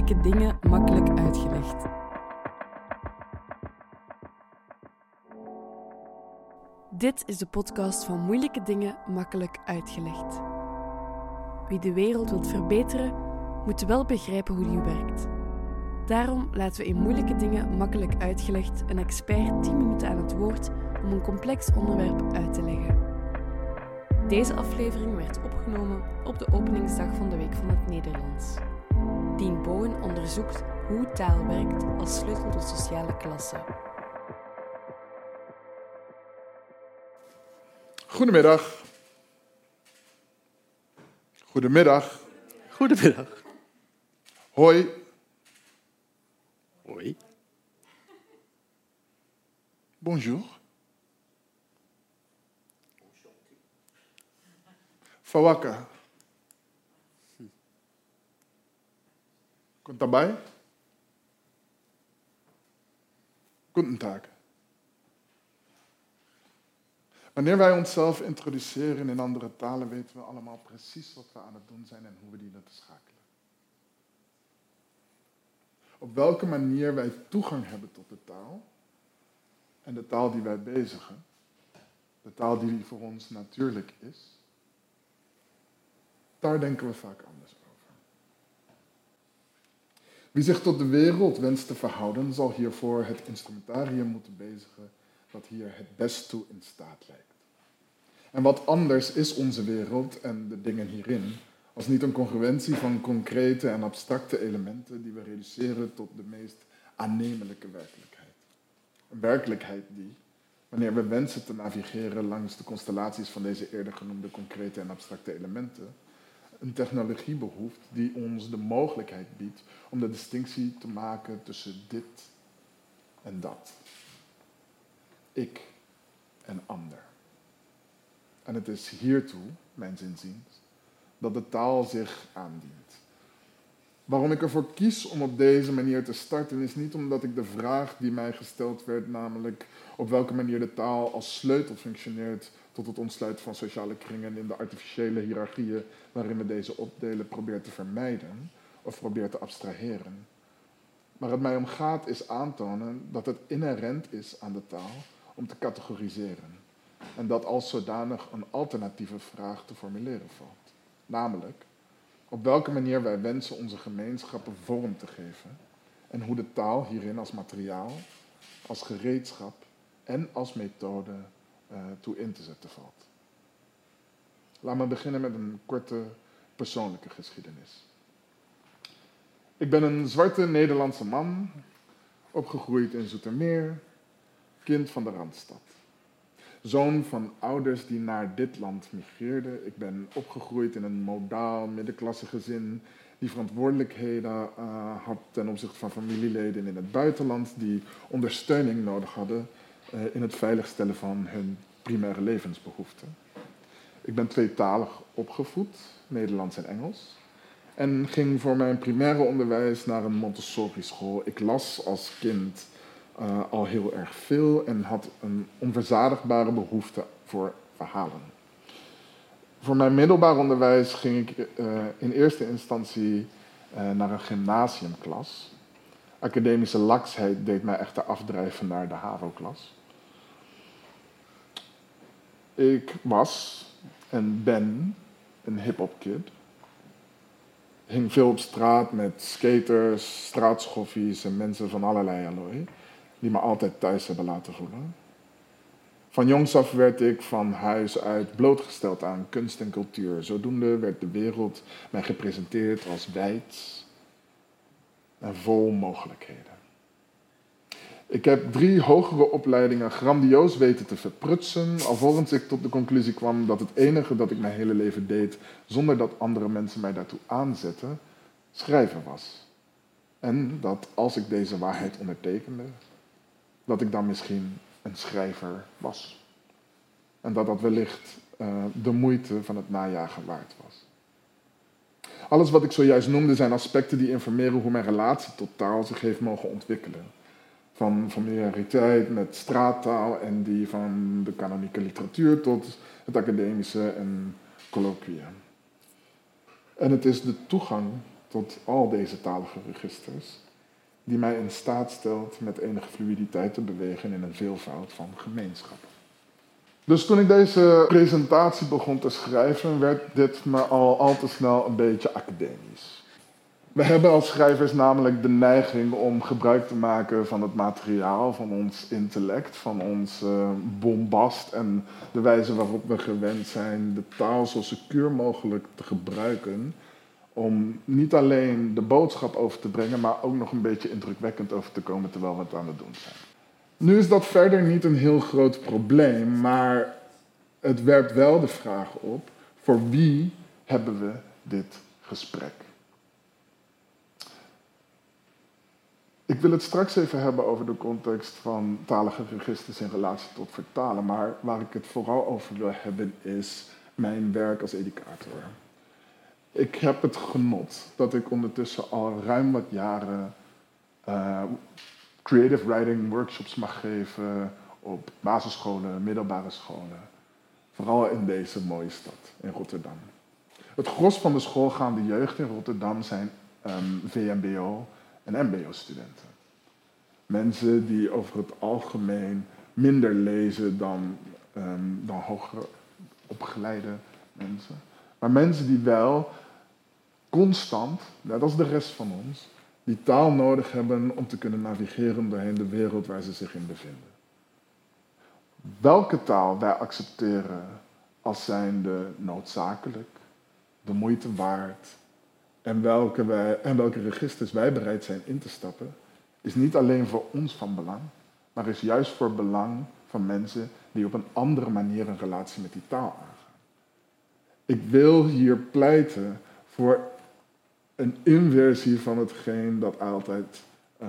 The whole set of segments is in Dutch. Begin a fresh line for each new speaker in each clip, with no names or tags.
Moeilijke dingen makkelijk uitgelegd. Dit is de podcast van Moeilijke dingen makkelijk uitgelegd. Wie de wereld wilt verbeteren, moet wel begrijpen hoe die werkt. Daarom laten we in Moeilijke dingen makkelijk uitgelegd een expert 10 minuten aan het woord om een complex onderwerp uit te leggen. Deze aflevering werd opgenomen op de openingsdag van de Week van het Nederlands. Dien Bowen onderzoekt hoe taal werkt als sleutel tot sociale klasse.
Goedemiddag. Goedemiddag.
Goedemiddag.
Hoi.
Hoi.
Bonjour. Fawaka. Komt daarbij? Guten Tag. Wanneer wij onszelf introduceren in andere talen, weten we allemaal precies wat we aan het doen zijn en hoe we dienen te schakelen. Op welke manier wij toegang hebben tot de taal en de taal die wij bezigen, de taal die voor ons natuurlijk is, daar denken we vaak anders over. Wie zich tot de wereld wenst te verhouden, zal hiervoor het instrumentarium moeten bezigen dat hier het best toe in staat lijkt. En wat anders is onze wereld en de dingen hierin, als niet een congruentie van concrete en abstracte elementen die we reduceren tot de meest aannemelijke werkelijkheid. Een werkelijkheid die, wanneer we wensen te navigeren langs de constellaties van deze eerder genoemde concrete en abstracte elementen, een technologie behoeft die ons de mogelijkheid biedt om de distinctie te maken tussen dit en dat. Ik en ander. En het is hiertoe, mijns inziens, dat de taal zich aandient. Waarom ik ervoor kies om op deze manier te starten is niet omdat ik de vraag die mij gesteld werd, namelijk op welke manier de taal als sleutel functioneert tot het ontsluiten van sociale kringen in de artificiële hiërarchieën waarin we deze opdelen probeert te vermijden of probeert te abstraheren. Waar het mij om gaat is aantonen dat het inherent is aan de taal om te categoriseren. En dat als zodanig een alternatieve vraag te formuleren valt. Namelijk, op welke manier wij wensen onze gemeenschappen vorm te geven en hoe de taal hierin als materiaal, als gereedschap en als methode toe in te zetten valt. Laat me beginnen met een korte persoonlijke geschiedenis. Ik ben een zwarte Nederlandse man, opgegroeid in Zoetermeer, kind van de Randstad. Zoon van ouders die naar dit land migreerden. Ik ben opgegroeid in een modaal middenklasse gezin die verantwoordelijkheden had ten opzichte van familieleden in het buitenland die ondersteuning nodig hadden in het veiligstellen van hun primaire levensbehoeften. Ik ben tweetalig opgevoed, Nederlands en Engels. En ging voor mijn primaire onderwijs naar een Montessori-school. Ik las als kind al heel erg veel en had een onverzadigbare behoefte voor verhalen. Voor mijn middelbaar onderwijs ging ik in eerste instantie naar een gymnasiumklas. Academische laksheid deed mij echter afdrijven naar de HAVO-klas. Ik was en ben een hip-hop kid. Hing veel op straat met skaters, straatschoffies en mensen van allerlei allooi, die me altijd thuis hebben laten voelen. Van jongs af werd ik van huis uit blootgesteld aan kunst en cultuur. Zodoende werd de wereld mij gepresenteerd als wijd en vol mogelijkheden. Ik heb 3 hogere opleidingen grandioos weten te verprutsen, alvorens ik tot de conclusie kwam dat het enige dat ik mijn hele leven deed, zonder dat andere mensen mij daartoe aanzetten, schrijven was. En dat als ik deze waarheid ondertekende, dat ik dan misschien een schrijver was. En dat dat wellicht de moeite van het najagen waard was. Alles wat ik zojuist noemde zijn aspecten die informeren hoe mijn relatie tot taal zich heeft mogen ontwikkelen. Van familiariteit met straattaal en die van de kanonieke literatuur tot het academische en colloquia. En het is de toegang tot tot al deze talige registers, die mij in staat stelt met enige fluiditeit te bewegen in een veelvoud van gemeenschappen. Dus toen ik deze presentatie begon te schrijven, werd dit me al te snel een beetje academisch. We hebben als schrijvers namelijk de neiging om gebruik te maken van het materiaal, van ons intellect, van ons bombast en de wijze waarop we gewend zijn de taal zo secuur mogelijk te gebruiken om niet alleen de boodschap over te brengen, maar ook nog een beetje indrukwekkend over te komen terwijl we het aan het doen zijn. Nu is dat verder niet een heel groot probleem, maar het werpt wel de vraag op, voor wie hebben we dit gesprek? Ik wil het straks even hebben over de context van talige registers in relatie tot vertalen, maar waar ik het vooral over wil hebben is mijn werk als educator. Ik heb het genot dat ik ondertussen al ruim wat jaren creative writing workshops mag geven op basisscholen, middelbare scholen. Vooral in deze mooie stad, in Rotterdam. Het gros van de schoolgaande jeugd in Rotterdam zijn VMBO- en MBO-studenten. Mensen die over het algemeen minder lezen dan hoger opgeleide mensen. Maar mensen die wel constant, net als de rest van ons, die taal nodig hebben om te kunnen navigeren doorheen de wereld waar ze zich in bevinden. Welke taal wij accepteren als zijnde noodzakelijk, de moeite waard en welke registers wij bereid zijn in te stappen, is niet alleen voor ons van belang, maar is juist voor belang van mensen die op een andere manier een relatie met die taal aangaan. Ik wil hier pleiten voor een inversie van hetgeen dat altijd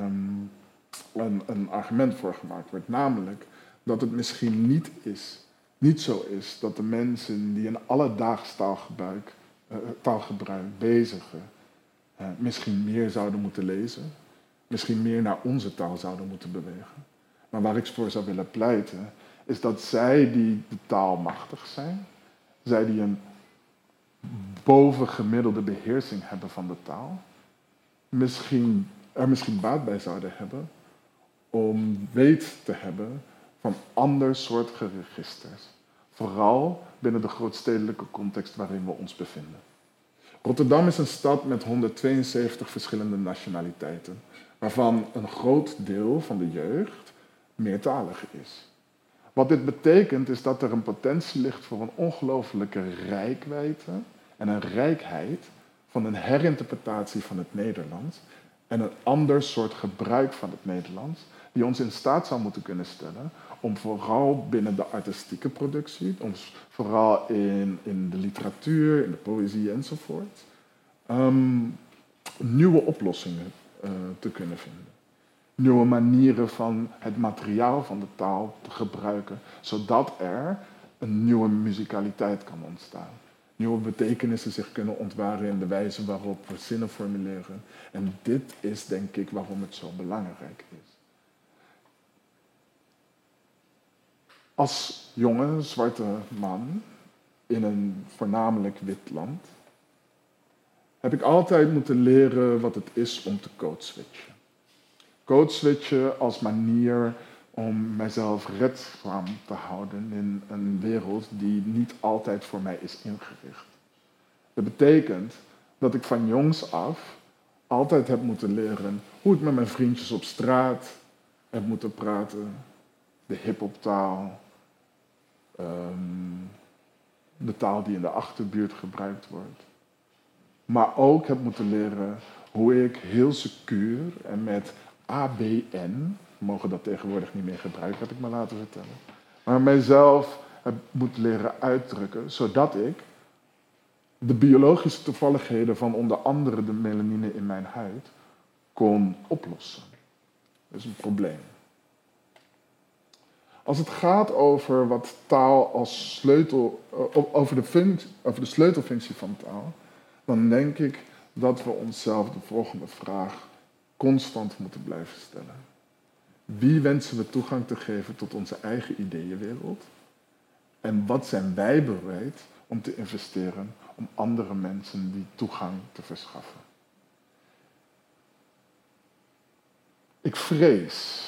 een argument voor gemaakt wordt. Namelijk dat het misschien niet zo is dat de mensen die in alledaags taalgebruik bezigen misschien meer zouden moeten lezen, misschien meer naar onze taal zouden moeten bewegen. Maar waar ik voor zou willen pleiten, is dat zij die de taal machtig zijn, zij die een bovengemiddelde beheersing hebben van de taal, misschien baat bij zouden hebben om weet te hebben van andersoortige registers. Vooral binnen de grootstedelijke context waarin we ons bevinden. Rotterdam is een stad met 172 verschillende nationaliteiten, waarvan een groot deel van de jeugd meertalig is. Wat dit betekent is dat er een potentie ligt voor een ongelooflijke reikwijdte en een rijkheid van een herinterpretatie van het Nederlands en een ander soort gebruik van het Nederlands, die ons in staat zou moeten kunnen stellen om vooral binnen de artistieke productie, vooral in de literatuur, in de poëzie enzovoort, nieuwe oplossingen te kunnen vinden. Nieuwe manieren van het materiaal van de taal te gebruiken, zodat er een nieuwe muzikaliteit kan ontstaan. Nieuwe betekenissen zich kunnen ontwaren in de wijze waarop we zinnen formuleren. En dit is denk ik waarom het zo belangrijk is. Als jonge zwarte man in een voornamelijk wit land heb ik altijd moeten leren wat het is om te codeswitchen. Codeswitchen als manier om mijzelf redzaam te houden in een wereld die niet altijd voor mij is ingericht. Dat betekent dat ik van jongs af altijd heb moeten leren hoe ik met mijn vriendjes op straat heb moeten praten, de hiphoptaal, de taal die in de achterbuurt gebruikt wordt. Maar ook heb moeten leren hoe ik heel secuur en met ABN, we mogen dat tegenwoordig niet meer gebruiken, heb ik me laten vertellen, maar mijzelf heb moeten leren uitdrukken, zodat ik de biologische toevalligheden van onder andere de melanine in mijn huid kon oplossen. Dat is een probleem. Als het gaat over wat taal als sleutel, over de sleutelfunctie van taal, dan denk ik dat we onszelf de volgende vraag constant moeten blijven stellen. Wie wensen we toegang te geven tot onze eigen ideeënwereld? En wat zijn wij bereid om te investeren om andere mensen die toegang te verschaffen? Ik vrees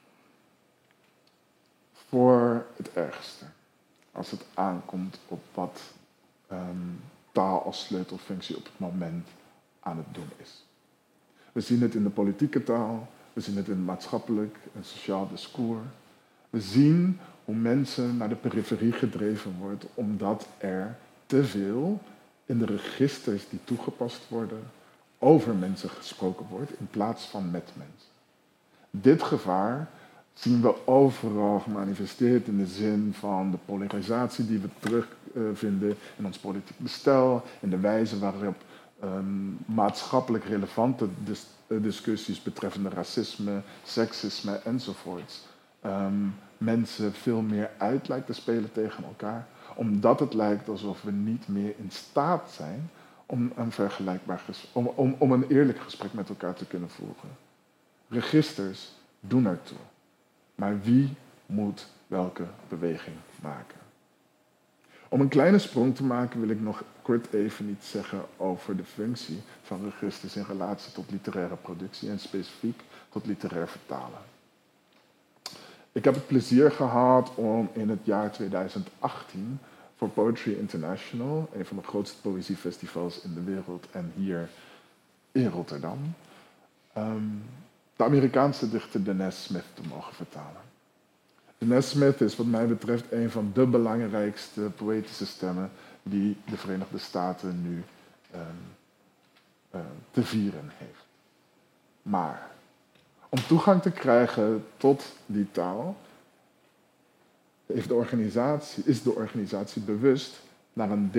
voor het ergste als het aankomt op wat taal als sleutelfunctie op het moment aan het doen is. We zien het in de politieke taal, we zien het in het maatschappelijk en sociaal discours. We zien hoe mensen naar de periferie gedreven wordt omdat er te veel in de registers die toegepast worden over mensen gesproken wordt in plaats van met mensen. Dit gevaar zien we overal gemanifesteerd in de zin van de polarisatie die we terugvinden in ons politiek bestel, in de wijze waarop maatschappelijk relevante discussies betreffende racisme, seksisme enzovoorts mensen veel meer uit lijkt te spelen tegen elkaar, omdat het lijkt alsof we niet meer in staat zijn om een eerlijk gesprek met elkaar te kunnen voeren. Registers doen ertoe. Maar wie moet welke beweging maken? Om een kleine sprong te maken wil ik nog kort even iets zeggen over de functie van registers in relatie tot literaire productie en specifiek tot literair vertalen. Ik heb het plezier gehad om in het jaar 2018 voor Poetry International, een van de grootste poëziefestivals in de wereld en hier in Rotterdam, de Amerikaanse dichter Danez Smith te mogen vertalen. Danez Smith is wat mij betreft een van de belangrijkste poëtische stemmen die de Verenigde Staten nu te vieren heeft. Maar om toegang te krijgen tot die taal is de organisatie bewust naar een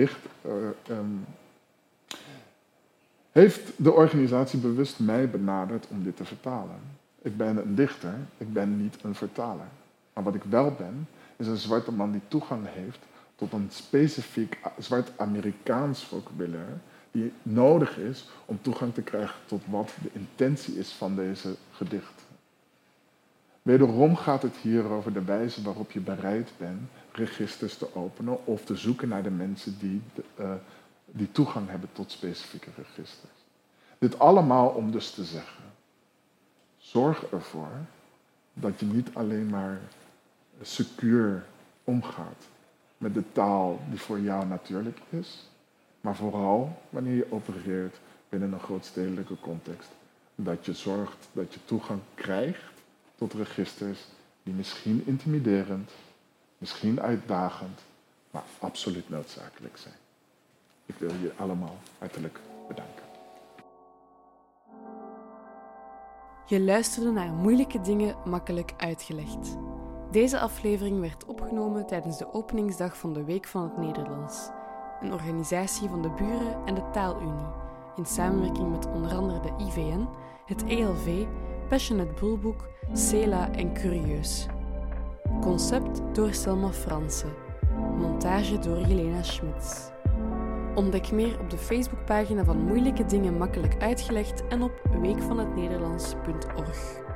heeft de organisatie bewust mij benaderd om dit te vertalen. Ik ben een dichter, ik ben niet een vertaler. Maar wat ik wel ben, is een zwarte man die toegang heeft tot een specifiek zwart Amerikaans vocabulaire die nodig is om toegang te krijgen tot wat de intentie is van deze gedichten. Wederom gaat het hier over de wijze waarop je bereid bent registers te openen of te zoeken naar de mensen die toegang hebben tot specifieke registers. Dit allemaal om dus te zeggen, zorg ervoor dat je niet alleen maar secuur omgaat met de taal die voor jou natuurlijk is, maar vooral wanneer je opereert binnen een grootstedelijke context, dat je zorgt dat je toegang krijgt tot registers die misschien intimiderend, misschien uitdagend, maar absoluut noodzakelijk zijn. Ik wil je allemaal hartelijk bedanken.
Je luisterde naar Moeilijke Dingen Makkelijk Uitgelegd. Deze aflevering werd opgenomen tijdens de openingsdag van de Week van het Nederlands, een organisatie van de Buren en de Taalunie, in samenwerking met onder andere de IVN, het ELV, Passionate Boelboek, CELA en Curieus. Concept door Selma Fransen. Montage door Jelena Schmitz. Ontdek meer op de Facebookpagina van Moeilijke Dingen Makkelijk Uitgelegd en op weekvanhetnederlands.org.